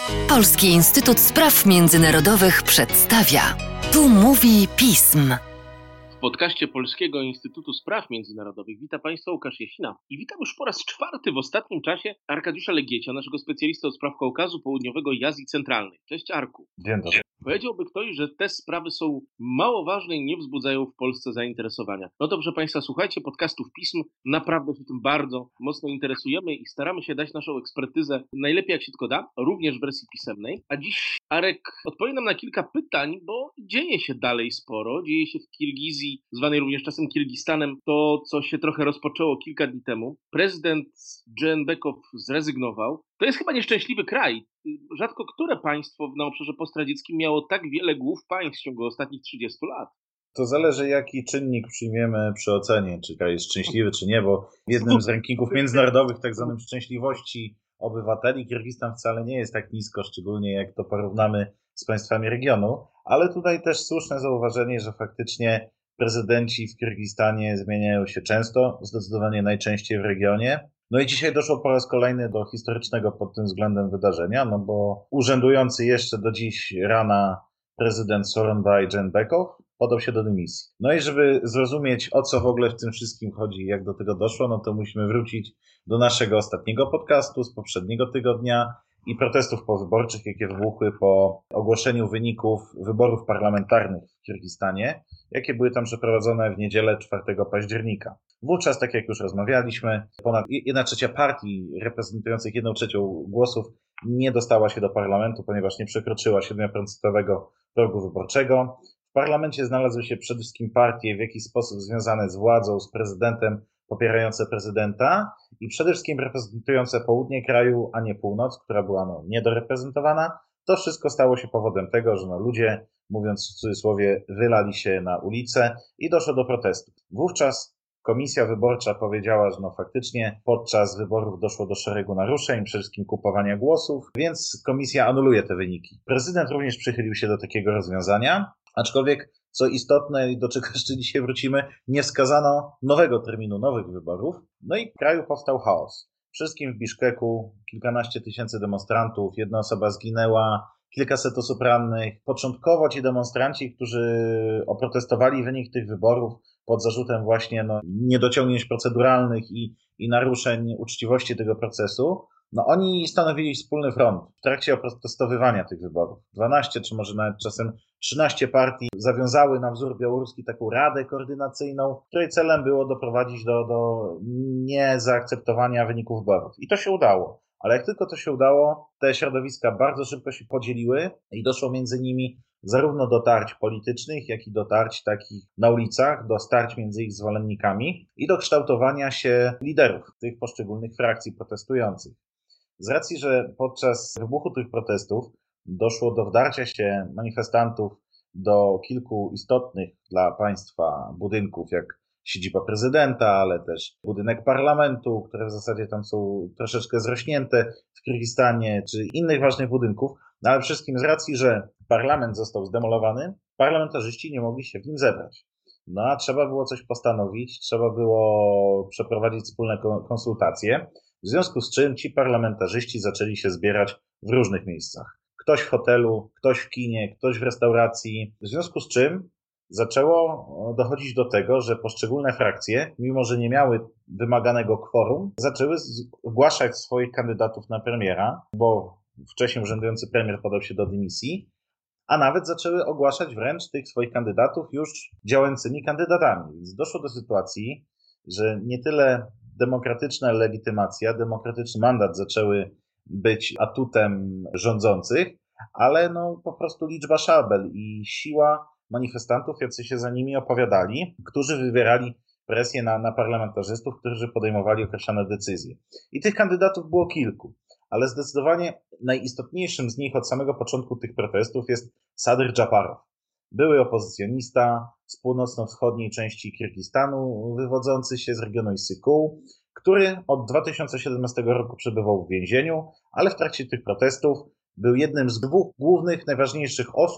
Polski Instytut Spraw Międzynarodowych przedstawia. Tu mówi pism. W podcaście Polskiego Instytutu Spraw Międzynarodowych witam Państwa Łukasz Jasina i witam już po raz czwarty w ostatnim czasie Arkadiusza Legiecia, naszego specjalistę od spraw Kaukazu Południowego i Azji Centralnej. Cześć Arku. Dzień dobry. Powiedziałby ktoś, że te sprawy są mało ważne i nie wzbudzają w Polsce zainteresowania. No dobrze Państwa, słuchajcie podcastów pism, naprawdę się tym bardzo mocno interesujemy i staramy się dać naszą ekspertyzę najlepiej jak się tylko da, również w wersji pisemnej. A dziś Arek odpowie nam na kilka pytań, bo dzieje się dalej sporo, dzieje się w Kirgizji, zwanej również czasem Kirgistanem, to co się trochę rozpoczęło kilka dni temu. Prezydent Dżehenbekow zrezygnował. To jest chyba nieszczęśliwy kraj. Rzadko które państwo na obszarze postradzieckim miało tak wiele głów państw w ciągu ostatnich 30 lat. To zależy, jaki czynnik przyjmiemy przy ocenie, czy kraj jest szczęśliwy, czy nie, bo w jednym z rankingów międzynarodowych, tak zwanym szczęśliwości obywateli, Kirgistan wcale nie jest tak nisko, szczególnie jak to porównamy z państwami regionu, ale tutaj też słuszne zauważenie, że faktycznie prezydenci w Kirgistanie zmieniają się często, zdecydowanie najczęściej w regionie. No i dzisiaj doszło po raz kolejny do historycznego pod tym względem wydarzenia, no bo urzędujący jeszcze do dziś rana prezydent Sooronbay Jeenbekow podał się do dymisji. No i żeby zrozumieć, o co w ogóle w tym wszystkim chodzi i jak do tego doszło, no to musimy wrócić do naszego ostatniego podcastu z poprzedniego tygodnia i protestów powyborczych, jakie wybuchły po ogłoszeniu wyników wyborów parlamentarnych w Kirgistanie, jakie były tam przeprowadzone w niedzielę 4 października. Wówczas, tak jak już rozmawialiśmy, ponad 1/3 partii reprezentujących 1/3 głosów nie dostała się do parlamentu, ponieważ nie przekroczyła 7% progu wyborczego. W parlamencie znalazły się przede wszystkim partie w jakiś sposób związane z władzą, z prezydentem, popierające prezydenta i przede wszystkim reprezentujące południe kraju, a nie północ, która była niedoreprezentowana. To wszystko stało się powodem tego, że ludzie, mówiąc w cudzysłowie, wylali się na ulicę i doszło do protestów. Wówczas komisja wyborcza powiedziała, że faktycznie podczas wyborów doszło do szeregu naruszeń, przede wszystkim kupowania głosów, więc komisja anuluje te wyniki. Prezydent również przychylił się do takiego rozwiązania, aczkolwiek, co istotne i do czego jeszcze dzisiaj wrócimy, nie wskazano nowego terminu, nowych wyborów. No i w kraju powstał chaos. Wszystkim w Biszkeku kilkanaście tysięcy demonstrantów, jedna osoba zginęła, kilkaset osób rannych. Początkowo ci demonstranci, którzy oprotestowali wynik tych wyborów pod zarzutem właśnie niedociągnięć proceduralnych i naruszeń uczciwości tego procesu, oni stanowili wspólny front w trakcie oprotestowywania tych wyborów. 12 czy może nawet czasem 13 partii zawiązały na wzór białoruski taką radę koordynacyjną, której celem było doprowadzić do niezaakceptowania wyników wyborów. I to się udało. Ale jak tylko to się udało, te środowiska bardzo szybko się podzieliły i doszło między nimi zarówno do tarć politycznych, jak i do tarć takich na ulicach, do starć między ich zwolennikami i do kształtowania się liderów tych poszczególnych frakcji protestujących. Z racji, że podczas wybuchu tych protestów doszło do wdarcia się manifestantów do kilku istotnych dla państwa budynków, jak siedziba prezydenta, ale też budynek parlamentu, które w zasadzie tam są troszeczkę zrośnięte w Kirgistanie, czy innych ważnych budynków, ale przede wszystkim z racji, że parlament został zdemolowany, parlamentarzyści nie mogli się w nim zebrać. A trzeba było coś postanowić, trzeba było przeprowadzić wspólne konsultacje, w związku z czym ci parlamentarzyści zaczęli się zbierać w różnych miejscach. Ktoś w hotelu, ktoś w kinie, ktoś w restauracji, w związku z czym zaczęło dochodzić do tego, że poszczególne frakcje, mimo że nie miały wymaganego kworum, zaczęły zgłaszać swoich kandydatów na premiera, bo wcześniej urzędujący premier podał się do dymisji, a nawet zaczęły ogłaszać wręcz tych swoich kandydatów już działającymi kandydatami. Więc doszło do sytuacji, że nie tyle demokratyczna legitymacja, demokratyczny mandat zaczęły być atutem rządzących, ale po prostu liczba szabel i siła manifestantów, jacy się za nimi opowiadali, którzy wywierali presję na parlamentarzystów, którzy podejmowali określone decyzje. I tych kandydatów było kilku, ale zdecydowanie najistotniejszym z nich od samego początku tych protestów jest Sadyr Japarow. Były opozycjonista z północno-wschodniej części Kirgistanu, wywodzący się z regionu Issyk-Kul, który od 2017 roku przebywał w więzieniu, ale w trakcie tych protestów był jednym z dwóch głównych, najważniejszych osób,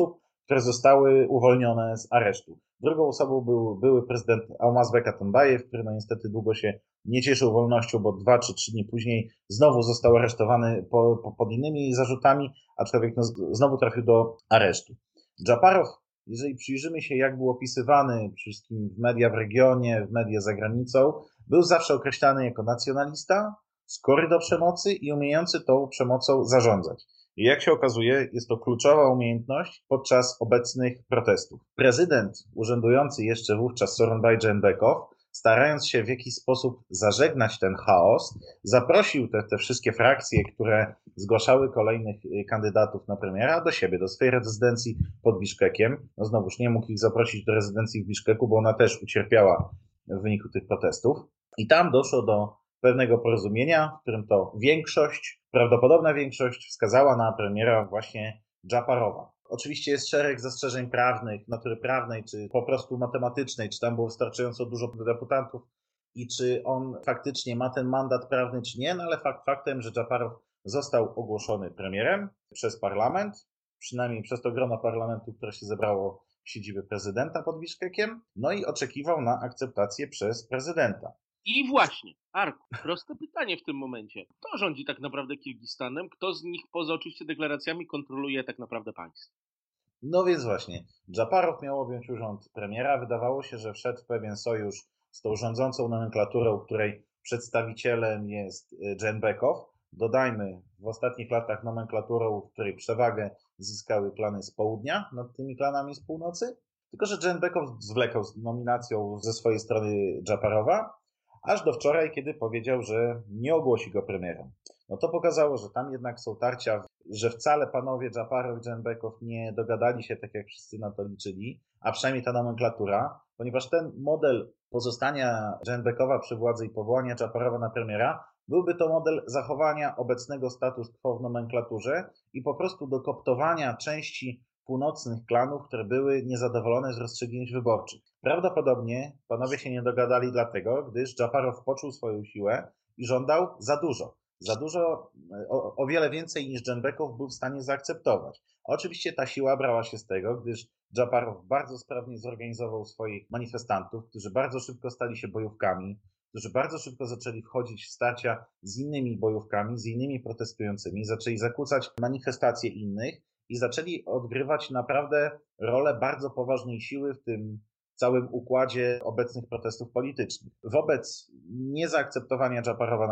które zostały uwolnione z aresztu. Drugą osobą był były prezydent Almazbek Atambajew, który no niestety długo się nie cieszył wolnością, bo 2 czy 3 dni później znowu został aresztowany pod innymi zarzutami, aczkolwiek no, znowu trafił do aresztu. Dżaparow, jeżeli przyjrzymy się, jak był opisywany przede wszystkim w media w regionie, w media za granicą, był zawsze określany jako nacjonalista, skory do przemocy i umiejący tą przemocą zarządzać. I jak się okazuje, jest to kluczowa umiejętność podczas obecnych protestów. Prezydent urzędujący jeszcze wówczas Sooronbay Jeenbekov, starając się w jakiś sposób zażegnać ten chaos, zaprosił te wszystkie frakcje, które zgłaszały kolejnych kandydatów na premiera do siebie, do swojej rezydencji pod Biszkekiem. No znowuż nie mógł ich zaprosić do rezydencji w Biszkeku, bo ona też ucierpiała w wyniku tych protestów. I tam doszło do pewnego porozumienia, w którym to prawdopodobna większość wskazała na premiera właśnie Dżaparowa. Oczywiście jest szereg zastrzeżeń prawnych, natury prawnej, czy po prostu matematycznej, czy tam było wystarczająco dużo deputatów i czy on faktycznie ma ten mandat prawny, czy nie, no ale faktem, że Dżaparow został ogłoszony premierem przez parlament, przynajmniej przez to grono parlamentu, które się zebrało w siedzibie prezydenta pod Biszkekiem, no i oczekiwał na akceptację przez prezydenta. I właśnie, Arku, proste pytanie w tym momencie. Kto rządzi tak naprawdę Kirgistanem? Kto z nich, poza oczywiście deklaracjami, kontroluje tak naprawdę państwo? No więc właśnie, Dżaparow miał objąć urząd premiera. Wydawało się, że wszedł w pewien sojusz z tą rządzącą nomenklaturą, której przedstawicielem jest Jeenbekov. Dodajmy, w ostatnich latach nomenklaturą, w której przewagę zyskały klany z południa nad tymi klanami z północy. Tylko że Jeenbekov zwlekał z nominacją ze swojej strony Dżaparowa, aż do wczoraj, kiedy powiedział, że nie ogłosi go premierem. No to pokazało, że tam jednak są tarcia, że wcale panowie Dżaparow i Jeenbekov nie dogadali się tak, jak wszyscy na to liczyli, a przynajmniej ta nomenklatura, ponieważ ten model pozostania Jeenbekowa przy władzy i powołania Dżaparowa na premiera byłby to model zachowania obecnego status quo w nomenklaturze i po prostu dokoptowania części północnych klanów, które były niezadowolone z rozstrzygnięć wyborczych. Prawdopodobnie panowie się nie dogadali dlatego, gdyż Dżaparow poczuł swoją siłę i żądał za dużo. Za dużo, o wiele więcej niż Jeenbekov był w stanie zaakceptować. Oczywiście ta siła brała się z tego, gdyż Dżaparow bardzo sprawnie zorganizował swoich manifestantów, którzy bardzo szybko stali się bojówkami, którzy bardzo szybko zaczęli wchodzić w starcia z innymi bojówkami, z innymi protestującymi, zaczęli zakłócać manifestacje innych i zaczęli odgrywać naprawdę rolę bardzo poważnej siły w tym całym układzie obecnych protestów politycznych. Wobec niezaakceptowania Dżaparowa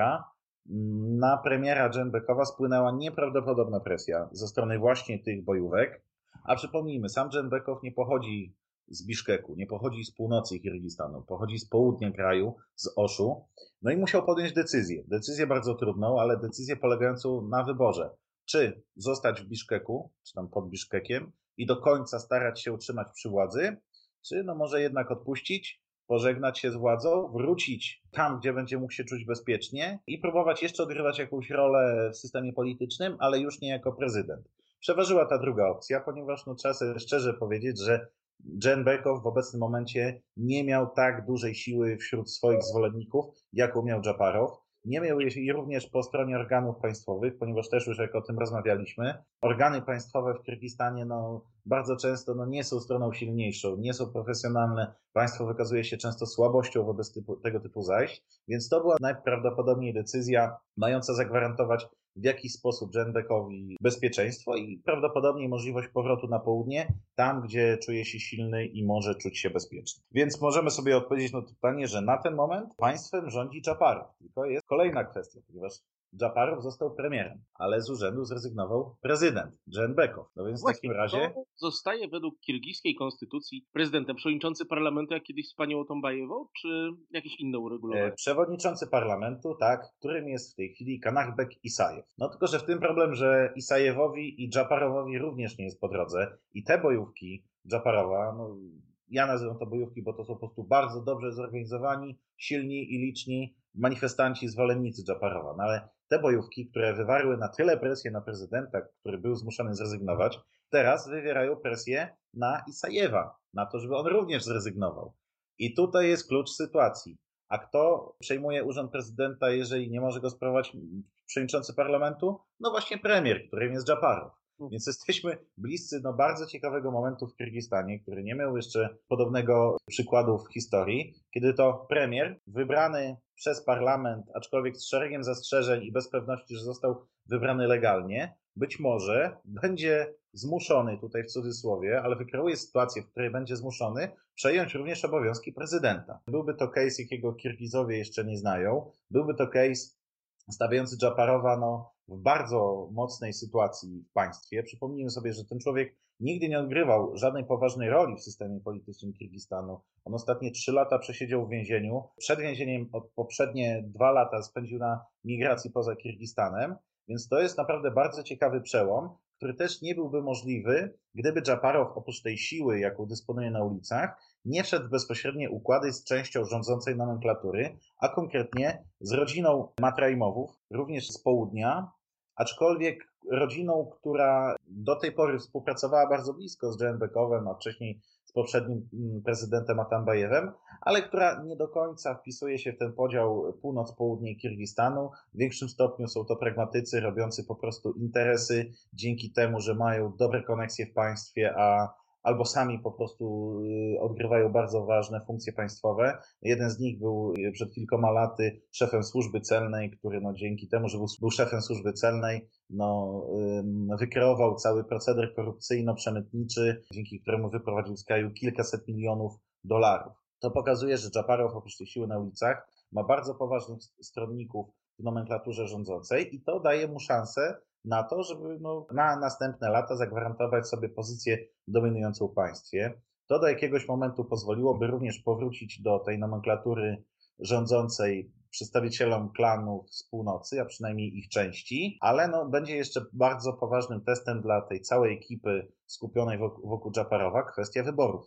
na premiera Jeenbekowa spłynęła nieprawdopodobna presja ze strony właśnie tych bojówek. A przypomnijmy, sam Jeenbekow nie pochodzi z Biszkeku, nie pochodzi z północy Kirgistanu, pochodzi z południa kraju, z Oszu. No i musiał podjąć decyzję bardzo trudną, ale decyzję polegającą na wyborze. Czy zostać w Biszkeku, czy tam pod Biszkekiem i do końca starać się utrzymać przy władzy, czy no może jednak odpuścić, pożegnać się z władzą, wrócić tam, gdzie będzie mógł się czuć bezpiecznie i próbować jeszcze odgrywać jakąś rolę w systemie politycznym, ale już nie jako prezydent. Przeważyła ta druga opcja, ponieważ no, trzeba sobie szczerze powiedzieć, że Jeenbekov w obecnym momencie nie miał tak dużej siły wśród swoich zwolenników, jaką miał Dżaparow. Nie miał jej również po stronie organów państwowych, ponieważ też już jak o tym rozmawialiśmy, organy państwowe w Kirgistanie bardzo często nie są stroną silniejszą, nie są profesjonalne. Państwo wykazuje się często słabością wobec tego typu zajść, więc to była najprawdopodobniej decyzja mająca zagwarantować w jakiś sposób Jeenbekowi bezpieczeństwo i prawdopodobnie możliwość powrotu na południe, tam gdzie czuje się silny i może czuć się bezpieczny. Więc możemy sobie odpowiedzieć na to pytanie, że na ten moment państwem rządzi Dżaparow. Tylko jest kolejna kwestia, ponieważ Dżaparow został premierem, ale z urzędu zrezygnował prezydent Jeenbekov. No więc Właśnie, w takim razie kto zostaje według kirgiskiej konstytucji prezydentem? Przewodniczący parlamentu, jak kiedyś z panią Otombajewą, czy jakieś inne uregulowanie? przewodniczący parlamentu, tak, którym jest w tej chwili Kanahbek Isajew. No tylko, że w tym problem, że Isajewowi i Dżaparowowi również nie jest po drodze i te bojówki Dżaparowa, ja nazywam to bojówki, bo to są po prostu bardzo dobrze zorganizowani, silni i liczni manifestanci, zwolennicy Dżaparowa. No ale te bojówki, które wywarły na tyle presję na prezydenta, który był zmuszony zrezygnować, teraz wywierają presję na Isajewa, na to, żeby on również zrezygnował. I tutaj jest klucz sytuacji. A kto przejmuje urząd prezydenta, jeżeli nie może go sprawować przewodniczący parlamentu? No właśnie premier, którym jest Dżaparow. Więc jesteśmy bliscy bardzo ciekawego momentu w Kirgistanie, który nie miał jeszcze podobnego przykładu w historii, kiedy to premier wybrany przez parlament, aczkolwiek z szeregiem zastrzeżeń i bez pewności, że został wybrany legalnie, być może będzie zmuszony, tutaj w cudzysłowie, ale wykreuje sytuację, w której będzie zmuszony przejąć również obowiązki prezydenta. Byłby to case, jakiego Kirgizowie jeszcze nie znają. Byłby to case stawiający Dżaparowa w bardzo mocnej sytuacji w państwie. Przypomnijmy sobie, że ten człowiek nigdy nie odgrywał żadnej poważnej roli w systemie politycznym Kirgistanu. On ostatnie 3 lata przesiedział w więzieniu. Przed więzieniem poprzednie 2 lata spędził na migracji poza Kirgistanem. Więc to jest naprawdę bardzo ciekawy przełom, który też nie byłby możliwy, gdyby Dżaparow oprócz tej siły, jaką dysponuje na ulicach, nie wszedł w bezpośrednie układy z częścią rządzącej nomenklatury, a konkretnie z rodziną Matraimowów, również z południa, aczkolwiek rodziną, która do tej pory współpracowała bardzo blisko z Dżehenbekovem, a wcześniej z poprzednim prezydentem Atambayevem, ale która nie do końca wpisuje się w ten podział północ-południe Kirgistanu. W większym stopniu są to pragmatycy robiący po prostu interesy dzięki temu, że mają dobre koneksje w państwie, albo sami po prostu odgrywają bardzo ważne funkcje państwowe. Jeden z nich był przed kilkoma laty szefem służby celnej, który dzięki temu, że był szefem służby celnej, wykreował cały proceder korupcyjno-przemytniczy, dzięki któremu wyprowadził z kraju kilkaset milionów dolarów. To pokazuje, że Dżaparow oprócz tej siły na ulicach ma bardzo poważnych stronników w nomenklaturze rządzącej i to daje mu szansę na to, żeby na następne lata zagwarantować sobie pozycję dominującą w państwie. To do jakiegoś momentu pozwoliłoby również powrócić do tej nomenklatury rządzącej przedstawicielom klanów z północy, a przynajmniej ich części, ale będzie jeszcze bardzo poważnym testem dla tej całej ekipy skupionej wokół Dżaparowa kwestia wyborów.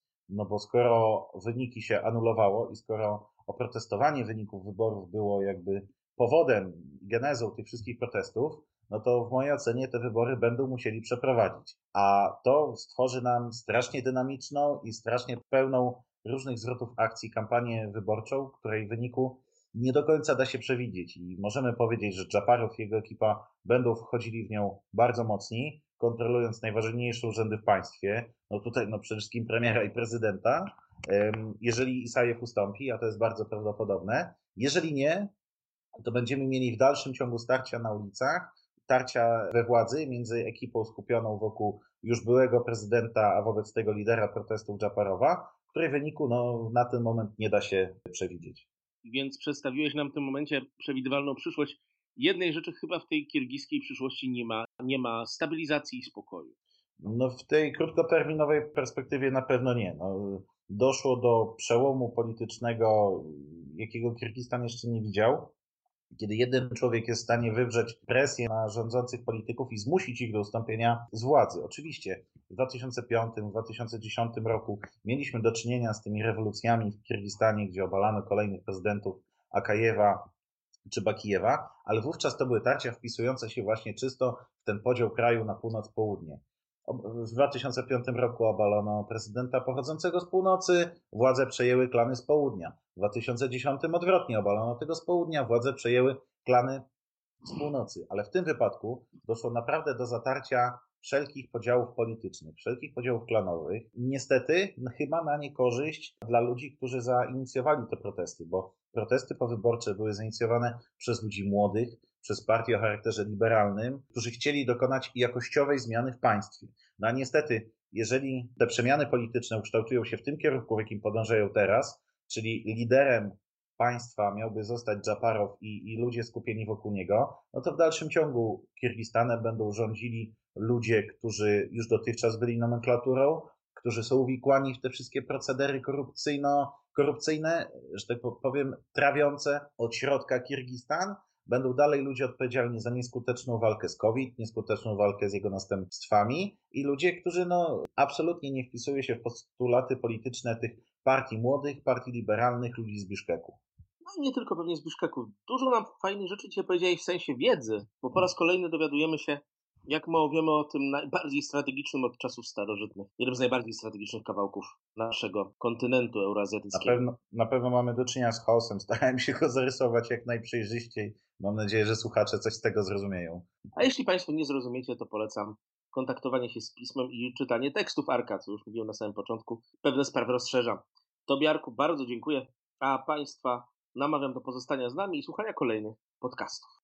Bo skoro wyniki się anulowało i skoro oprotestowanie wyników wyborów było jakby powodem, genezą tych wszystkich protestów, to w mojej ocenie te wybory będą musieli przeprowadzić. A to stworzy nam strasznie dynamiczną i strasznie pełną różnych zwrotów akcji kampanię wyborczą, której wyniku nie do końca da się przewidzieć. I możemy powiedzieć, że Dżaparow i jego ekipa będą wchodzili w nią bardzo mocni, kontrolując najważniejsze urzędy w państwie. Tutaj przede wszystkim premiera i prezydenta. Jeżeli Isajew ustąpi, a to jest bardzo prawdopodobne, jeżeli nie, to będziemy mieli w dalszym ciągu starcia na ulicach, tarcia we władzy między ekipą skupioną wokół już byłego prezydenta, a wobec tego lidera protestów Dżaparowa, której wyniku na ten moment nie da się przewidzieć. Więc przedstawiłeś nam w tym momencie przewidywalną przyszłość. Jednej rzeczy chyba w tej kirgiskiej przyszłości nie ma stabilizacji i spokoju. W tej krótkoterminowej perspektywie na pewno nie. Doszło do przełomu politycznego, jakiego Kirgistan jeszcze nie widział, kiedy jeden człowiek jest w stanie wywrzeć presję na rządzących polityków i zmusić ich do ustąpienia z władzy. Oczywiście w 2005, 2010 roku mieliśmy do czynienia z tymi rewolucjami w Kirgistanie, gdzie obalano kolejnych prezydentów Akajewa czy Bakijewa, ale wówczas to były tarcia wpisujące się właśnie czysto w ten podział kraju na północ-południe. W 2005 roku obalono prezydenta pochodzącego z północy, władzę przejęły klany z południa. W 2010 odwrotnie, obalono tego z południa, władzę przejęły klany z północy. Ale w tym wypadku doszło naprawdę do zatarcia wszelkich podziałów politycznych, wszelkich podziałów klanowych. Niestety chyba na niekorzyść dla ludzi, którzy zainicjowali te protesty, bo protesty powyborcze były zainicjowane przez ludzi młodych, przez partie o charakterze liberalnym, którzy chcieli dokonać jakościowej zmiany w państwie. A niestety, jeżeli te przemiany polityczne ukształtują się w tym kierunku, w jakim podążają teraz, czyli liderem państwa miałby zostać Dżaparow i ludzie skupieni wokół niego, to w dalszym ciągu Kirgistanem będą rządzili ludzie, którzy już dotychczas byli nomenklaturą, którzy są uwikłani w te wszystkie procedery korupcyjne, że tak powiem, trawiące od środka Kirgistan. Będą dalej ludzie odpowiedzialni za nieskuteczną walkę z COVID, nieskuteczną walkę z jego następstwami i ludzie, którzy absolutnie nie wpisują się w postulaty polityczne tych partii młodych, partii liberalnych, ludzi z Biszkeku. I nie tylko pewnie z Biszkeku. Dużo nam fajnych rzeczy dzisiaj powiedziałeś w sensie wiedzy, bo po raz kolejny dowiadujemy się, jak mało wiemy o tym najbardziej strategicznym od czasów starożytnych, jednym z najbardziej strategicznych kawałków naszego kontynentu eurazjatyckiego. Na pewno mamy do czynienia z chaosem. Starałem się go zarysować jak najprzejrzyściej. Mam nadzieję, że słuchacze coś z tego zrozumieją. A jeśli Państwo nie zrozumiecie, to polecam kontaktowanie się z pismem i czytanie tekstów Arka, co już mówiłem na samym początku, pewne sprawy rozszerza. Tobie, Arku, bardzo dziękuję, a Państwa namawiam do pozostania z nami i słuchania kolejnych podcastów.